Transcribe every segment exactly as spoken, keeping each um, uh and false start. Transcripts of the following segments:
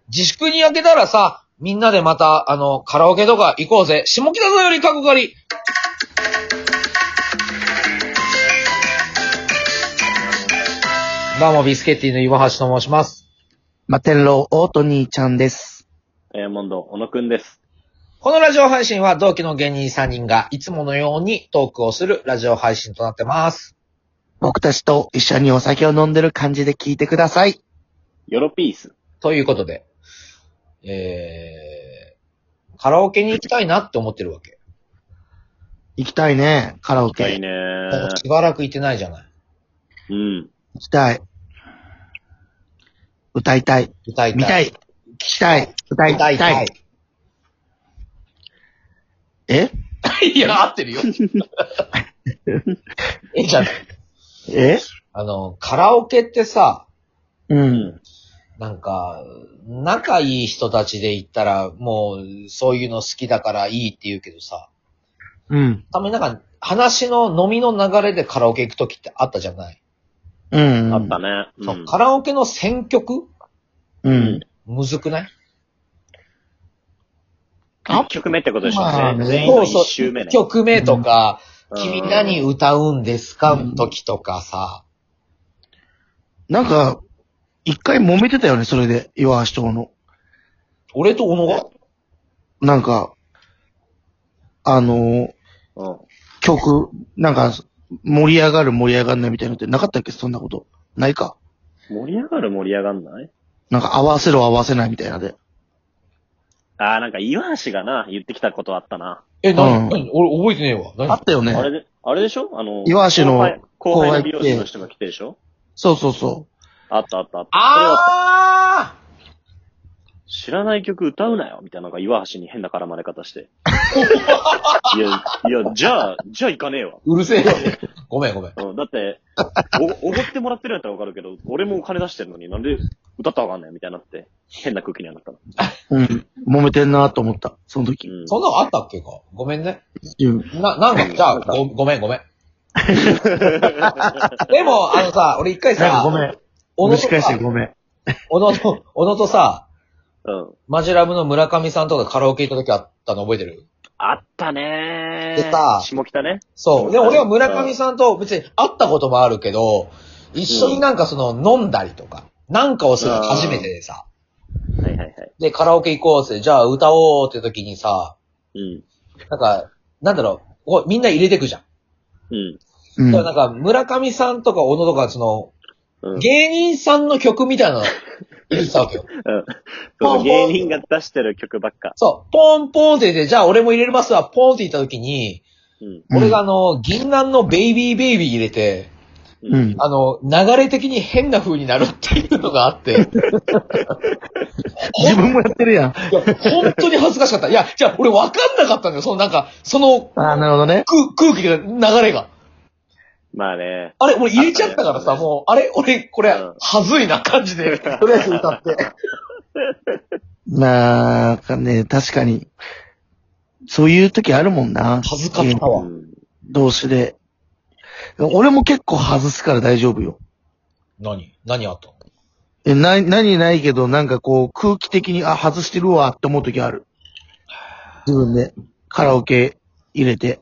自粛に明けたらさ、みんなでまた、あの、カラオケとか行こうぜ。下北沢より過去借り。どうも、ビスケッティの岩橋と申します。 マテンローオートニーちゃんです。 ダイヤモンド、小野くんです。 このラジオ配信は同期の芸人さんにんがいつものようにトークをするラジオ配信となってます。 僕たちと一緒にお酒を飲んでる感じで聞いてください。 ヨロピース。 ということで、えー、カラオケに行きたいなって思ってるわけ。 行きたいね、カラオケ。 行きたいねー。 しばらく行ってないじゃない。 うん。 行きたい。歌いたい。 歌いたい。 見たい。聞きたい。歌いたい。 歌いたい。 えいや、合ってるよ。え、じゃない。 えあの、カラオケってさ、 うん。 なんか、仲いい人たちで行ったら、もう、そういうの好きだからいいって言うけどさ、 うん。 たまになんか、話の飲みの流れでカラオケ行くときってあったじゃない。 うん。 あったね。 そう、カラオケの選曲うん。 むずくない？ いっきょくめってことでしょうね。 まあね全員のいち周目ね。 いっきょくめとか、 うん、 君何歌うんですかの時とかさ。 なんか、一回揉めてたよね、それで、岩橋との。 俺と小野がなんか、あのーうん、 曲、なんか、盛り上がる盛り上がんないみたいなのってなかったっけ、そんなこと。ないか。 盛り上がる盛り上がんないなんか合わせろ合わせないみたいなで。 あー、なんか岩橋がな、言ってきたことあったな。 え、なに、 うんなに俺覚えてねえわ。何あったよね。 あれで、あれでしょあの、 岩橋の後輩、後輩の美容後輩って師の人が来てでしょそうそうそあったあったあった。 あ知らない曲歌うなよみたいなのが岩橋に変な絡まれ方して。いや、いや、じゃあ、じゃあ行かねえわ。 ーうるせえよ。ごめんごめん。 うん、だって、お、おごってもらってるんやったらわかるけど、俺も金出してるのになんで歌ったらわかんないみたいになって、変な空気にはなったの。 う。うん。揉めてんなと思った。その時。 うん。 そんなのあったっけかごめんね。 うん。 な、なんか、じゃあ、ご、ごめんごめん。でも、あのさ、俺一回さ、 なんかごめん。 小野と蒸し返してさ、 ごめん。 小野と、小野とさ、 うん。 マジラブの村上さんとかカラオケ行った時あったの覚えてる？ あったねー。 でさ下北ね。 そう。で、俺は村上さんと別に会ったこともあるけど、一緒になんかその飲んだりとか、なんかをするの初めてでさ。 はいはいはい。 で、カラオケ行こうって、じゃあ歌おうって時にさ、 うん。 なんか、なんだろう、こうみんな入れてくじゃん。 うん。 うん。 だからなんか、村上さんとか小野とか、その、 うん。 芸人さんの曲みたいなの入れてたわけよ。 うん。その芸人が出してる曲ばっか。 そう、ポンポンって言って、じゃあ俺も入れますわ、ポンって言った時に、 うん。 俺があの、銀杏のベイビーベイビー入れて、 うん。 あの、流れ的に変な風になるっていうのがあって。 自分もやってるやん。 いや、本当に恥ずかしかった。いや、じゃあ俺分かんなかったんだよ。そのなんか、その、 ああ、なるほどね。 空、空気が、流れが。 まあね。 あれ、俺入れちゃったからさ、 あったねもう、あれ、俺、これ、 うんはずいな感じで、とりあえず歌って。 なんかね、確かに。そういう時あるもんな。 恥ずかったわ。 うん。 同士で。俺も結構外すから大丈夫よ。 何何あったの？ え、な、何ないけど、なんかこう、空気的に、あ、外してるわって思う時ある。自分で、カラオケ入れて。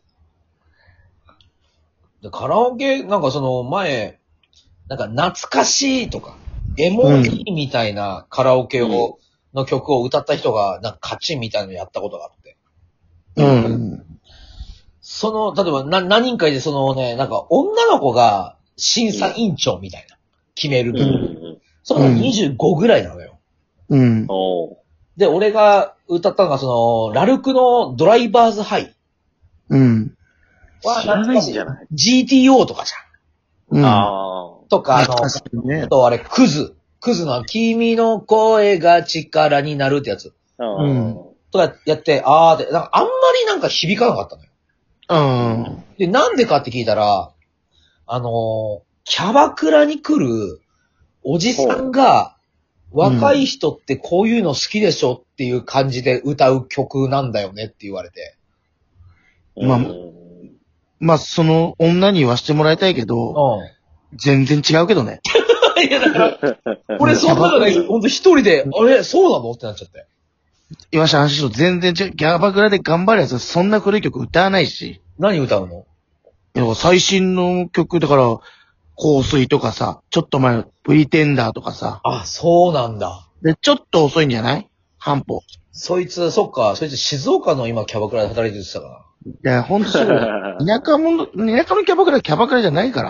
でカラオケ、なんかその前、なんか懐かしいとか、エモいみたいなカラオケを、の曲を歌った人が、なんか勝ちみたいなのやったことがあって。 うん。 その、例えばな何人かでそのね、なんか女の子が審査委員長みたいな、決めるうん。 と。 うん。 そのにじゅうごぐらいなのよ。 うん。 おー。 で、俺が歌ったのが、その、ラルクのドライバーズハイうん。 は知らないんじゃないジーティーオー とかじゃん。 うん。 あとか、あの、 確かにねあ。とあれ、クズ。クズの、君の声が力になるってやつ。 あ。 うんとかやって、あーって、なんかあんまりなんか響かなかったのよ。 うん。 で、なんでかって聞いたら、あのー、キャバクラに来るおじさんが、若い人ってこういうの好きでしょっていう感じで歌う曲なんだよねって言われて。 まあうんまあ、その女に言わしてもらいたいけど、 うん。 全然違うけどね。 いや、だから、俺その中でほんと一人で、あれ、そうなのってなっちゃって。 岩下安心しろ、全然違う。ギャバクラで頑張るやつはそんな古い曲歌わないし。 何歌うの？ いや、最新の曲、だから、香水とかさ、ちょっと前のプリテンダーとかさ。 あ、そうなんだ。 で、ちょっと遅いんじゃない半歩。 そいつ、そっか、そいつ静岡の今キャバクラで働いててたから。 いや、ほんとそう。田舎も、田舎のキャバクラはキャバクラじゃないから。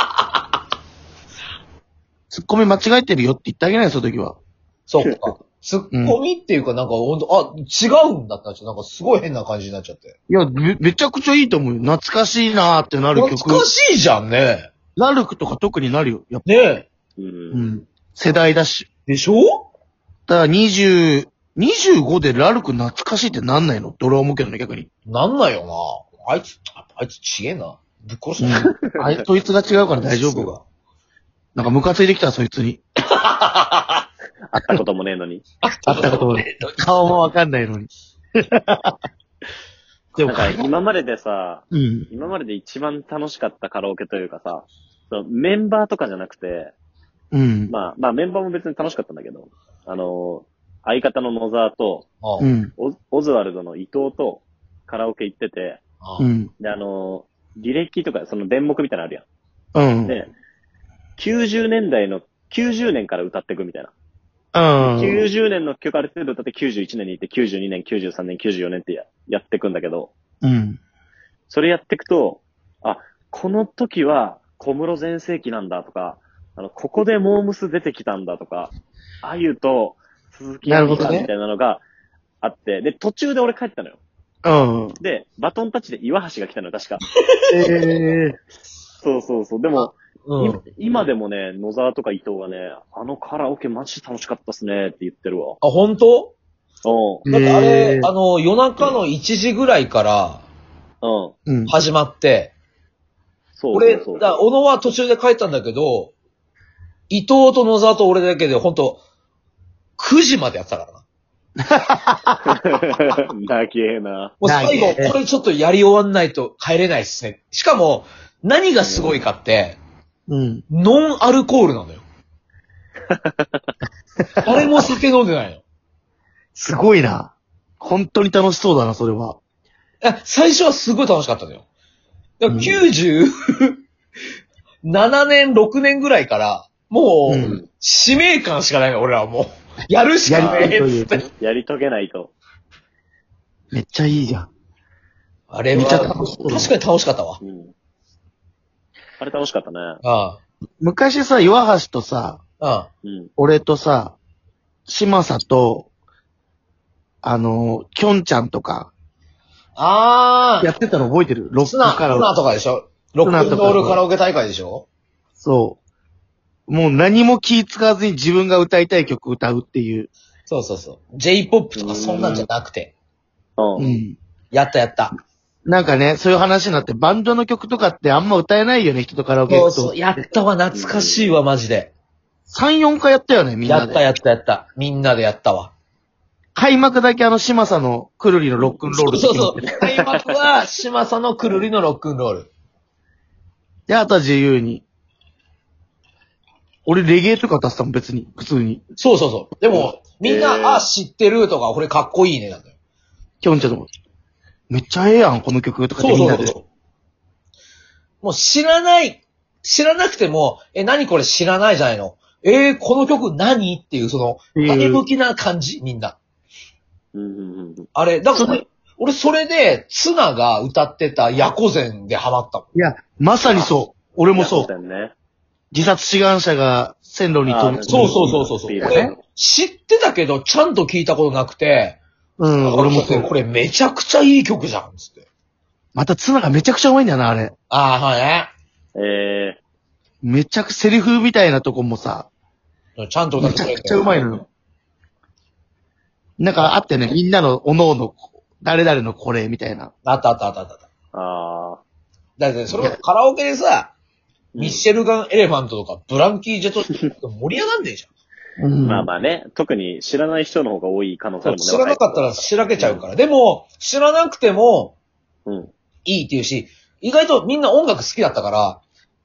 ツッコミ間違えてるよって言ってあげないよ、その時は。 そっか。ツッコミっていうかなんかほんと、あ、違うんだってなっちゃう。なんかすごい変な感じになっちゃって。 いや、め、めちゃくちゃいいと思うよ。懐かしいなーってなる曲。 懐かしいじゃんね。 ラルクとか特になるよ。やっぱ。 ねえ。 う。 うんん。世代だし。 でしょ？ だからにじゅう、にじゅうごでラルク懐かしいってなんないのって俺は思うけどね、逆に。 なんないよな。あいつ、あいつちげえな。ぶっ殺したな。 うん。あい、そいつが違うから大丈夫。 が。 なんかムカついてきた、そいつに。 会ったこともねえのに。 あ会ったこともね顔もわかんないのに。でもなんか今まででさ、 うん。 今までで一番楽しかったカラオケというかさ、そのメンバーとかじゃなくて、 うん。 まあ、まあメンバーも別に楽しかったんだけど、あの、相方の野沢と、 う。 うんん。 オオズワルドの伊藤とカラオケ行ってて、 うんん。 で、あの、履歴とかその電目みたいなのあるやうん。 ん。で、きゅうじゅうねんだいの、きゅうじゅうねんから歌っていくみたいな。 うん。 きゅうじゅうねんの曲ある程度歌ってきゅうじゅういちねんに行ってきゅうじゅうにねん、きゅうじゅうさんねん、きゅうじゅうよねんってややっていくんだけど、 うん。 それやっていくと、あ、この時は小室全盛期なんだとか、あの、ここでモームス出てきたんだとか、あゆと鈴木亜美かみたいなのがあって、で、途中で俺帰ったのよ。 うん。 で、バトンタッチで岩橋が来たのよ、確か。 ええそうそうそう。でも、 うん。 い今でもね、野沢とか伊藤がね、あのカラオケマジ楽しかったっすねって言ってるわ。 あ、本当？ うだってあれ、 へーあの、夜中のいちじぐらいからん。うん。 うん。 始まって、 そう俺、 そうそう。 だ小野は途中で帰ったんだけど、伊藤と野沢と俺だけで、ほんと、くじまでやってたからな。 なげえな。 もう最後、 長えこれちょっとやり終わんないと帰れないっすね。しかも、何がすごいかって、 うん。 ノンアルコールなのよ。誰も酒飲んでないの。すごいな。本当に楽しそうだな、それは。 え最初はすごい楽しかったのよ。だからうんきゅうじゅうななねん、ろくねんぐらいから、もう、 うん使命感しかないの、俺はもう。やるしかないやりたいというっつって。 やり遂げないと。 めっちゃいいじゃん。 あれは、 めっちゃ楽しそうだ確かに楽しかったわ。 うん。あれ楽しかったね。 あ昔さ、岩橋とさ、 あ、ああ。 うん。 俺とさ、島佐と、あの、きょんちゃんとか、 ああ、 やってたの覚えてるロッツナ、 クカラオケ。 ツナとかでしょ？ロックンロールカラオケ大会でしょ？ そう。もう何も気使わずに自分が歌いたい曲歌うっていう。 そうそうそう。J-ポップ とかそんなんじゃなくて。 うん。 うん。 やったやった。 なんかね、そういう話になって、バンドの曲とかってあんま歌えないよね、人とカラオケ行くと。 そうそう。やったわ、懐かしいわ、マジで。 さん、よんかいやったよね、みんなで。 やったやったやった。みんなでやったわ。 開幕だけあの、島佐のくるりのロックンロール。 そうそうそう。開幕は、島佐のくるりのロックンロール。 で、あとは自由に。俺、レゲエとか歌ってたもん、別に。普通に。 そうそうそう。でも、みんな、 えーあ、知ってるとか、これかっこいいね、なんだよ。 きょんちゃんとも。めっちゃええやん、この曲とかってそうみんなで。 そうそう。もう知らない、知らなくても、え、何これ知らないじゃないの。えー、この曲何っていう、その、 うん前向きな感じ、みんな。 うんうんうん。 あれ、だからそれ、 俺それで、ツナが歌ってたヤコゼンでハマったもん。 いや、まさにそう。俺もそう。 だよね。 自殺志願者が線路に飛ぶ。 あーそうそうそうそうそう。 ビール俺、知ってたけど、ちゃんと聞いたことなくて、 うん、俺もそう。 これめちゃくちゃいい曲じゃん、つって。 またツナがめちゃくちゃうまいんだよな、あれ。 ああ、はいね。 えめちゃくセリフみたいなとこもさ、 ちゃんと歌ってくれてめちゃくちゃうまいのよ。なんかあってね、みんなのおのおの、誰々のこれみたいな。 あったあったあったあった。 ー、あだって、それカラオケでさ、 ー。 ミッシェルガン・エレファントとか、ブランキー・ジェット盛り上がんねえじゃん。 うん。 まあまあね、特に知らない人の方が多い可能性あるもんね。 知らなかったらしらけちゃうから。でも、知らなくてもうん。 いいっていうし、意外とみんな音楽好きだったから、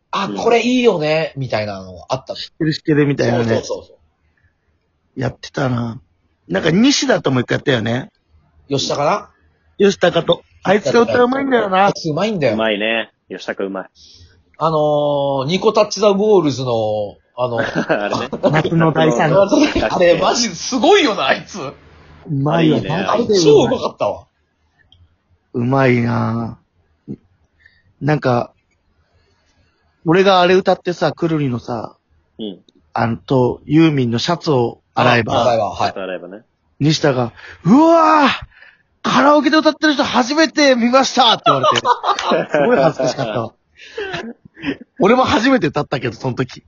あ、これいいよね、みたいなのがあったの。 知ってる知ってるみたいなね。 そうそうそうそう。 やってたな。なんか西田とも一回やったよね。 吉田かな吉高と。あいつが歌うまいんだよなあい。つうまいんだうよ。 まいね。吉高うまい。 あのー、ニコタッチザボールズの、あの、 あれね。 夏の大三あれマジすごいよな、あいつ。 うまいよいいねな。 あいつ超うまかったわ。 うまいな。なんか、俺があれ歌ってさ、くるりのさ、 うん。 あのと、ユーミンのシャツを洗え洗ば、 えば、はい。 洗えばね。 西田が、うわぁカラオケで歌ってる人初めて見ましたって言われて、すごい恥ずかしかったわ。俺も初めて歌ったけど、その時。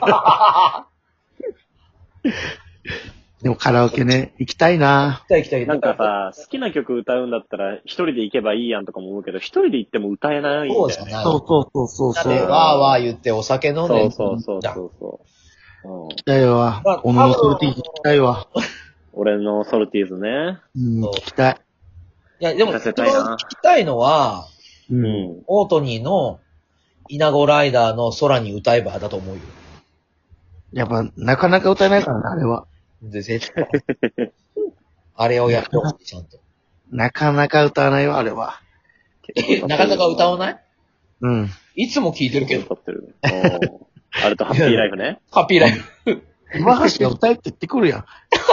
でもカラオケね、行きたいな行きたい行きたい。 なんかさ、好きな曲歌うんだったら一人で行けばいいやんとかも思うけど、一人で行っても歌えないんだよね。 そうじゃない。 そうそうそうそうそう。 で、 行わーわー言ってお酒飲んで。 そうそうそうそうそう。うん、 きたいわまあ。 小野のソルティー聞きたいわ。 俺のソルティーズね。 うん、 そう聞きたい。 いや、でも、 聞か一せたいな番聞きたいのは、 う。 うんん。 オートニーのイナゴライダーの空に歌えばだと思うよ。 やっぱ、なかなか歌えないからな、あれは。 で、絶対。あれをやってほしい、ちゃんと。 なかなか歌わないわ、あれは。 え、なかなか歌わないうん。 いつも聞いてるけど。 歌ってる。うんあれとハッピーライフね。 ハッピーライフ。 岩橋が歌えって言ってくるやん。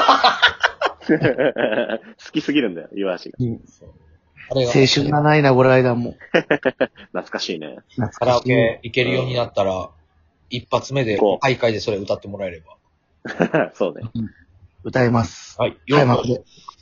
好きすぎるんだよ、岩橋が。 あれが青春がないな、これ間も。 懐かしいね。 懐かしいカラオケ行けるようになったら、一発目でこう大会でそれ歌ってもらえれば。 そうね。 歌います。 はい。 開幕で。